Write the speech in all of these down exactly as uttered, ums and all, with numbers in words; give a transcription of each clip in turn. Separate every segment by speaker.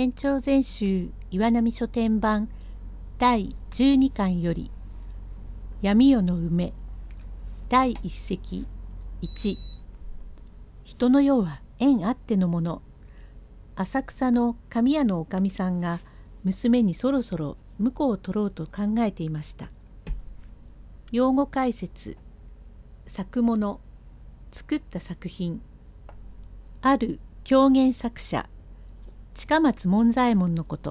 Speaker 1: 全長全集岩波書店版だいじゅうにかんより闇夜の梅だいいっせきいち。人の世は縁あってのもの。浅草の紙屋のおかみさんが娘にそろそろ婿を取ろうと考えていました。用語解説、作物、作った作品、ある狂言作者近松門左衛門のこと。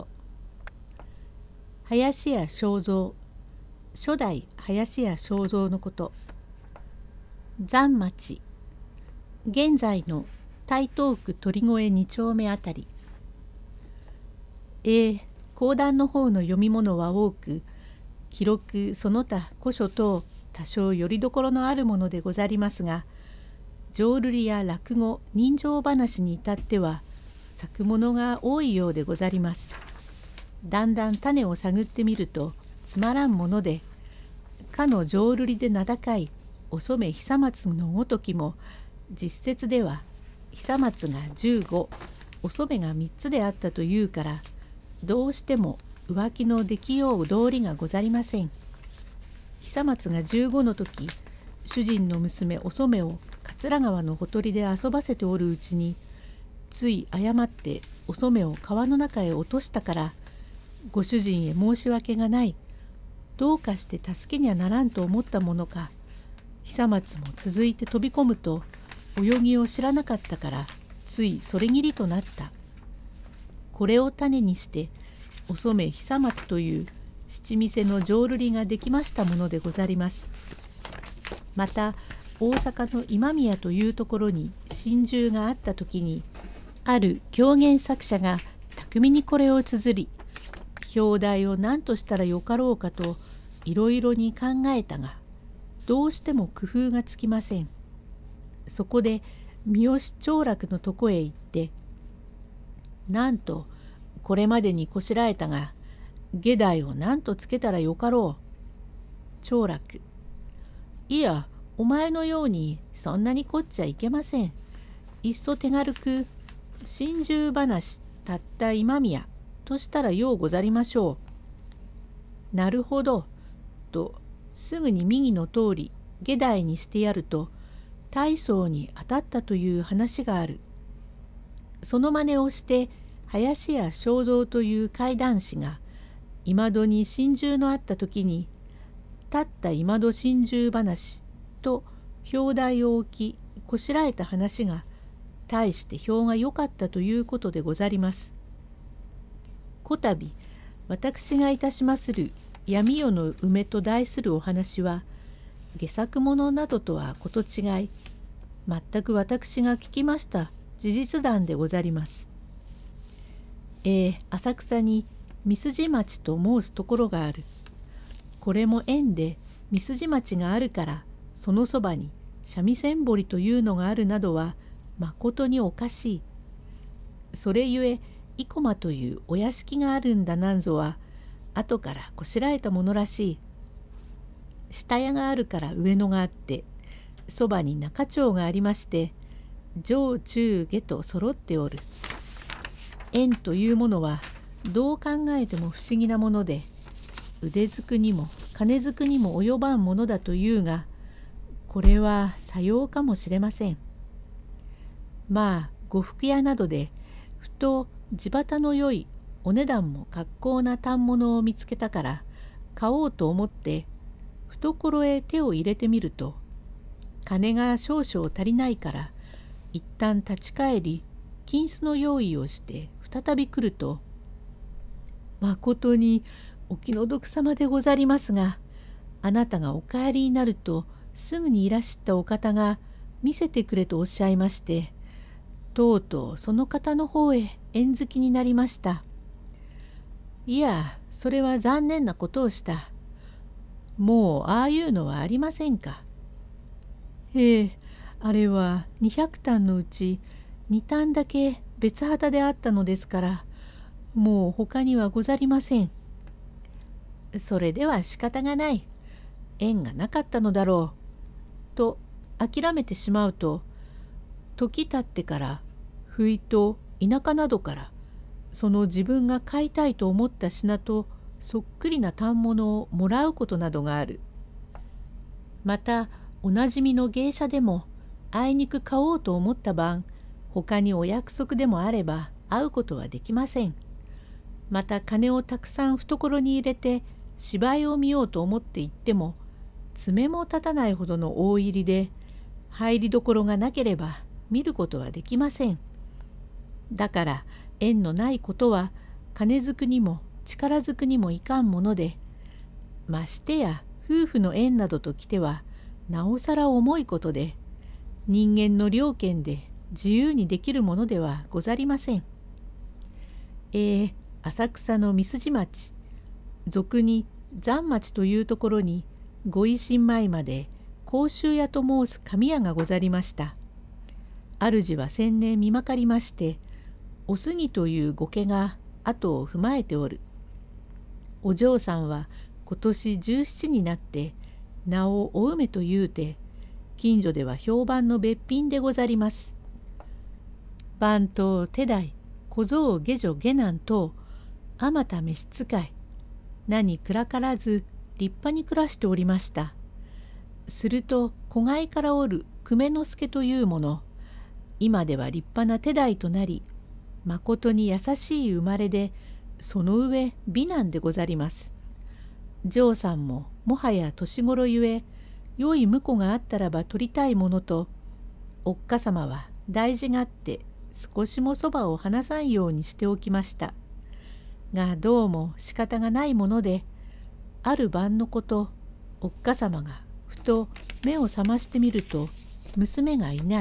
Speaker 1: 林家正蔵、初代林家正蔵のこと。残町、現在の台東区鳥越二丁目あたり。えー、講談の方の読み物は多く、記録その他古書等多少よりどころのあるものでござりますが、浄瑠璃や落語人情話に至っては作物が多いようでござります。だんだん種を探ってみるとつまらんもので、かの浄瑠璃で名高いお染久松のごときも、実説では久松がじゅうご、お染がみっつであったというから、どうしても浮気のできよう道理がござりません。久松がじゅうごの時、主人の娘お染を桂川のほとりで遊ばせておるうちに、つい誤ってお染を川の中へ落としたから、ご主人へ申し訳がない、どうかして助けにはならんと思ったものか、久松も続いて飛び込むと、泳ぎを知らなかったから、ついそれぎりとなった。これを種にして、お染久松という七店の浄瑠璃ができましたものでござります。また、大阪の今宮というところに心中があった時に、ある狂言作者が巧みにこれを綴り、表題を何としたらよかろうかといろいろに考えたが、どうしても工夫がつきません。そこで三好長楽のとこへ行って、なんとこれまでにこしらえたが、下題を何とつけたらよかろう。長楽、いや、お前のようにそんなにこっちゃいけません。いっそ手軽く心中話たった今宮としたらようござりましょう。なるほどとすぐに右の通り下題にしてやると、大層に当たったという話がある。その真似をして林家正蔵という怪談師が今戸に心中のあった時に、たった今戸心中話と表題を置きこしらえた話が大して評が良かったということでござります。こたび私がいたしまする闇夜の梅と題するお話は、戯作ものなどとはこと違い、全く私が聞きました事実談でござります。えー、浅草に三筋町と申すところがある。これも縁で三筋町があるから、そのそばに三味線堀というのがあるなどはまことにおかしい。それゆえ生駒というお屋敷があるんだなんぞは後からこしらえたものらしい。下屋があるから上野があって、そばに中町がありまして、上中下と揃っておる。縁というものはどう考えても不思議なもので、腕づくにも金づくにも及ばんものだというが、これはさようかもしれません。まあ呉服屋などでふと地旗の良いお値段も格好な反物を見つけたから買おうと思って懐へ手を入れてみると、金が少々足りないから一旦立ち返り金子の用意をして再び来ると、まことにお気の毒様でござりますが、あなたがお帰りになるとすぐにいらしたお方が見せてくれとおっしゃいまして、とうとうその方の方へ縁づきになりました。いや、それは残念なことをした。もうああいうのはありませんか。ええ、あれはにひゃくたんのうちにたんだけ別旗であったのですから、もう他にはござりません。それでは仕方がない。縁がなかったのだろう。と諦めてしまうと、時経ってから不意と田舎などからその自分が買いたいと思った品とそっくりな反物をもらうことなどがある。またおなじみの芸者でもあいにく買おうと思った晩、他にお約束でもあれば会うことはできません。また金をたくさん懐に入れて芝居を見ようと思って行っても、爪も立たないほどの大入りで、入りどころがなければ見ることはできません。だから縁のないことは金づくにも力づくにもいかんもので、ましてや夫婦の縁などときてはなおさら重いことで、人間の了見で自由にできるものではござりません。えー、浅草の三筋町、俗に残町というところにご維新前まで甲州屋と申す神屋がござりました。主は先年見まかりまして、お杉という御家が後を踏まえておる。お嬢さんは今年十七になって名をお梅というて、近所では評判のべっぴんでござります。番頭手代小僧下女下男とあまた召使い、何蔵からず立派に暮らしておりました。すると子飼いからおる久米之助というもの、今では立派な手代となり、まことに優しい生まれで、その上美男でござります。嬢さんももはや年頃ゆえ、良い婿があったらば取りたいものと、おっかさまは大事があって少しもそばを離さんようにしておきました。がどうも仕方がないもので、ある晩のこと、おっかさまがふと目を覚ましてみると、娘がいない。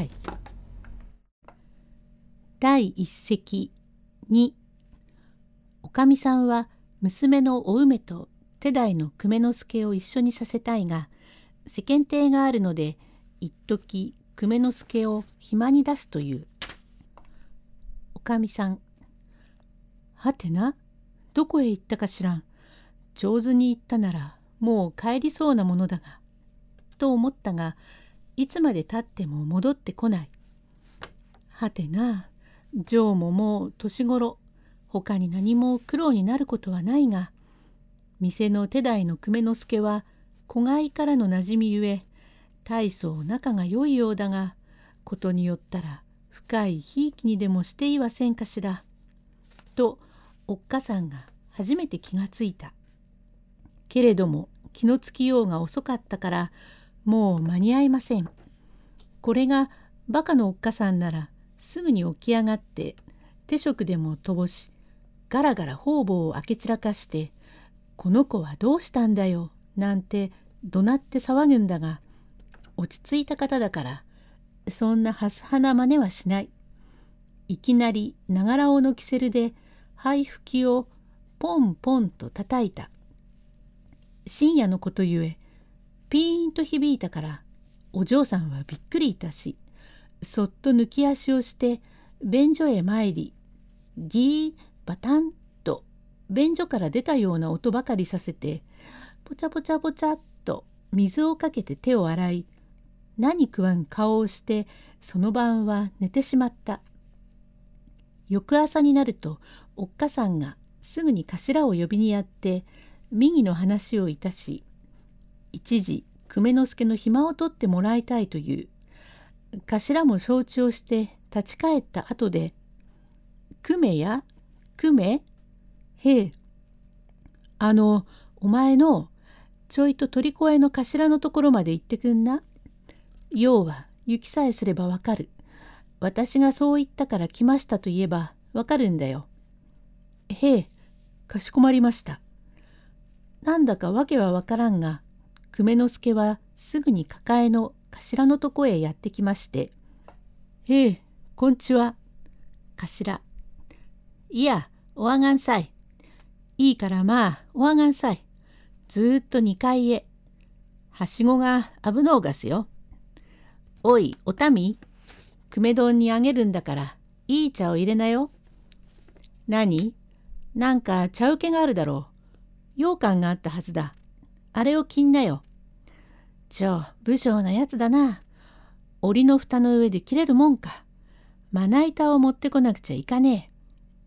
Speaker 1: 第一席に、おかみさんは娘のお梅と手代の久米之助を一緒にさせたいが、世間体があるので一時久米之助を暇に出すという。おかみさん、はてな、どこへ行ったかしらん。上手に行ったならもう帰りそうなものだが、と思ったが、いつまでたっても戻ってこない。はてな、ジョーももう年頃、他に何も苦労になることはないが、店の手代の久米之助は子飼いからのなじみゆえ、大層仲が良いようだが、ことによったら深いひいきにでもしていはせんかしら。とおっかさんが初めて気がついた。けれども気のつきようが遅かったから、もう間に合いません。これがバカのおっかさんなら、すぐに起き上がって手食でも乏し、ガラガラ方々を開け散らかして、この子はどうしたんだよなんて怒鳴って騒ぐんだが、落ち着いた方だからそんなはすはな真似はしない。いきなりながらをのきせるで灰吹きをポンポンと叩いた。深夜のことゆえピーンと響いたから、お嬢さんはびっくりいたし、そっと抜き足をして便所へ参り、ギーバタンと便所から出たような音ばかりさせて、ポチャポチャポチャっと水をかけて手を洗い、何食わん顔をしてその晩は寝てしまった。翌朝になるとおっかさんがすぐに頭を呼びにやって右の話をいたし、一時久米之助の暇を取ってもらいたいという。頭も承知をして立ち返った後で、久米や久米へえ、あのお前のちょいと鳥越の頭のところまで行ってくんな。要は雪さえすればわかる。私がそう言ったから来ましたと言えばわかるんだよ。へえ、かしこまりました。なんだかわけはわからんが、久米之助はすぐに抱えの頭のとこへやってきまして、へえ、こんちは。頭、いや、おあがんさい。いいからまあ、おあがんさい。ずーっとにかいへ。はしごが危のうがすよ。おい、おたみ、久米丼にあげるんだから、いい茶を入れなよ。何？なんか茶受けがあるだろう。羊羹があったはずだ。あれを切んなよ。ちょ、不精なやつだな。檻の蓋の上で切れるもんか。まな板を持ってこなくちゃいかねえ。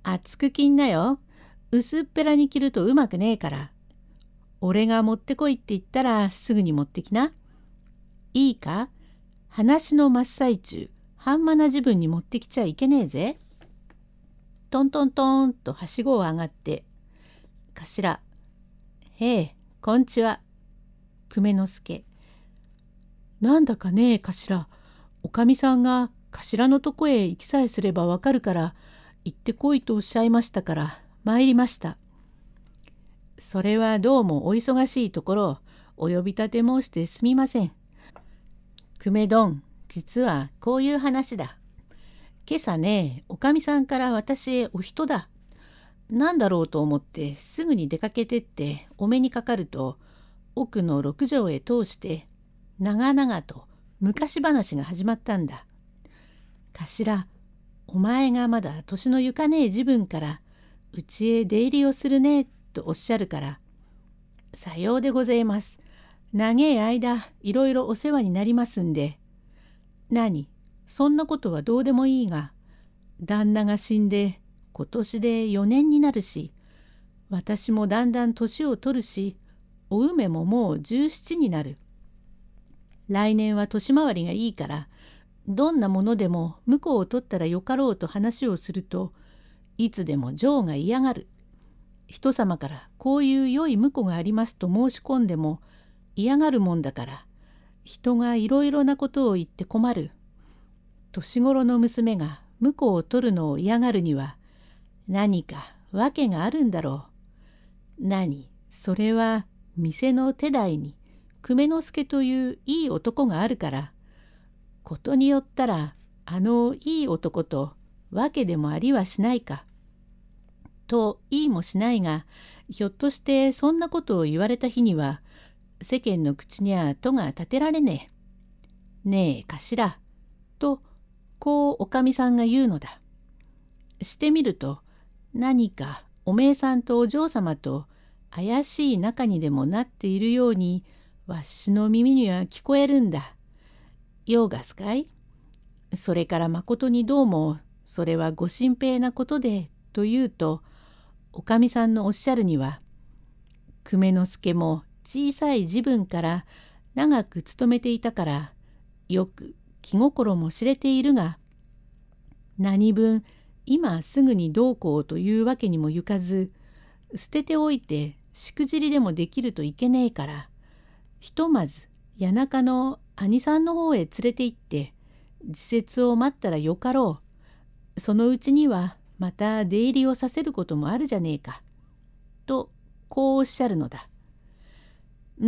Speaker 1: 厚く着んなよ。薄っぺらに着るとうまくねえから。俺が持ってこいって言ったらすぐに持ってきな。いいか、話の真っ最中、半端な自分に持ってきちゃいけねえぜ。トントントンとはしごを上がって、頭、へえ、こんちは。久米之助。なんだかねえ頭、おかみさんが頭のとこへ行きさえすればわかるから行ってこいとおっしゃいましたから参りました。それはどうもお忙しいところをお呼び立て申してすみません。久米どん、実はこういう話だ。今朝ね、おかみさんから私へお人だ。なんだろうと思ってすぐに出かけてってお目にかかると、奥の六畳へ通して長々と昔話が始まったんだ。頭、お前がまだ年のゆかねえ時分からうちへ出入りをするねとおっしゃるから、さようでございます。長え間いろいろお世話になりますんで。何、そんなことはどうでもいいが、旦那が死んで今年でよねんになるし、私もだんだん年を取るし、お梅ももうじゅうななになる。来年は年回りがいいから、どんなものでも婿を取ったらよかろうと話をすると、いつでも嬢が嫌がる。人様からこういう良い婿がありますと申し込んでも嫌がるもんだから、人がいろいろなことを言って困る。年頃の娘が婿を取るのを嫌がるには何か訳があるんだろう。何、それは店の手代に久米之助といういい男があるから、ことによったらあのいい男と訳でもありはしないか。と言いもしないが、ひょっとしてそんなことを言われた日には世間の口には戸が立てられねえ。ねえ頭、とこうおかみさんが言うのだ。してみると何かおめえさんとお嬢様と怪しい仲にでもなっているようにわしの耳には聞こえるんだ。ようがすかい？それからまことにどうもそれはご心配なことでと言うと、おかみさんのおっしゃるには、久米之助も小さい時分から長く勤めていたからよく気心も知れているが、何分今すぐにどうこうというわけにもゆかず、捨てておいてしくじりでもできるといけねえから、ひとまず谷中の兄さんの方へ連れて行って時節を待ったらよかろう。そのうちにはまた出入りをさせることもあるじゃねえか。とこうおっしゃるのだ。うん、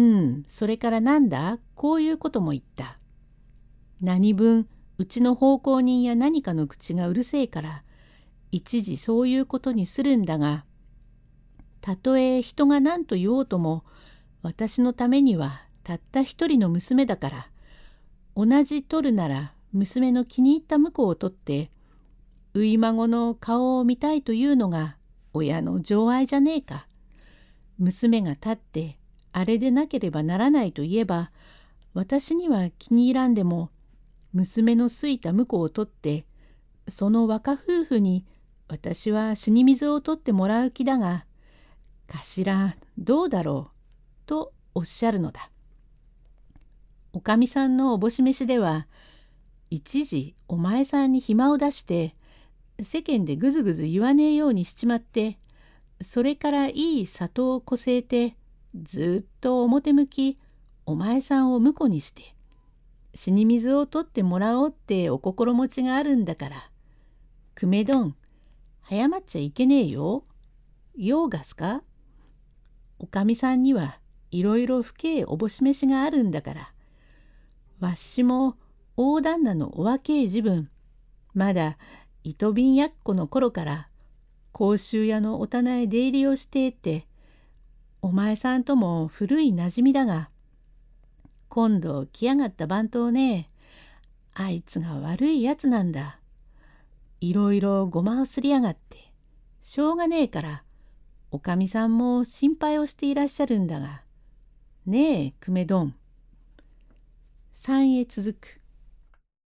Speaker 1: それからなんだ、こういうことも言った。何分うちの奉公人や何かの口がうるせえから一時そういうことにするんだが、たとえ人が何と言おうとも私のためにはたった一人の娘だから、同じ取るなら娘の気に入った婿を取って初孫の顔を見たいというのが親の情愛じゃねえか。娘が立ってあれでなければならないと言えば、私には気に入らんでも娘の好いた婿を取ってその若夫婦に私は死に水を取ってもらう気だが、頭どうだろうとおっしゃるのだ。おかみさんのおぼし飯では、一時お前さんに暇を出して世間でぐずぐず言わねえようにしちまって、それからいい里をこせえてずっと表向きお前さんを婿にして死に水を取ってもらおうってお心持ちがあるんだから、久米どん早まっちゃいけねえよ。用がすか？おかみさんにはいろいろ不敬おぼし飯があるんだから、わっしも大旦那のお若え時分、まだ糸瓶やっこの頃から甲州屋のお店へ出入りをしてって、お前さんとも古いなじみだが、今度来やがった番頭ね、あいつが悪いやつなんだ。いろいろごまをすりやがってしょうがねえから、おかみさんも心配をしていらっしゃるんだがねえ久米どん。さんへ続く。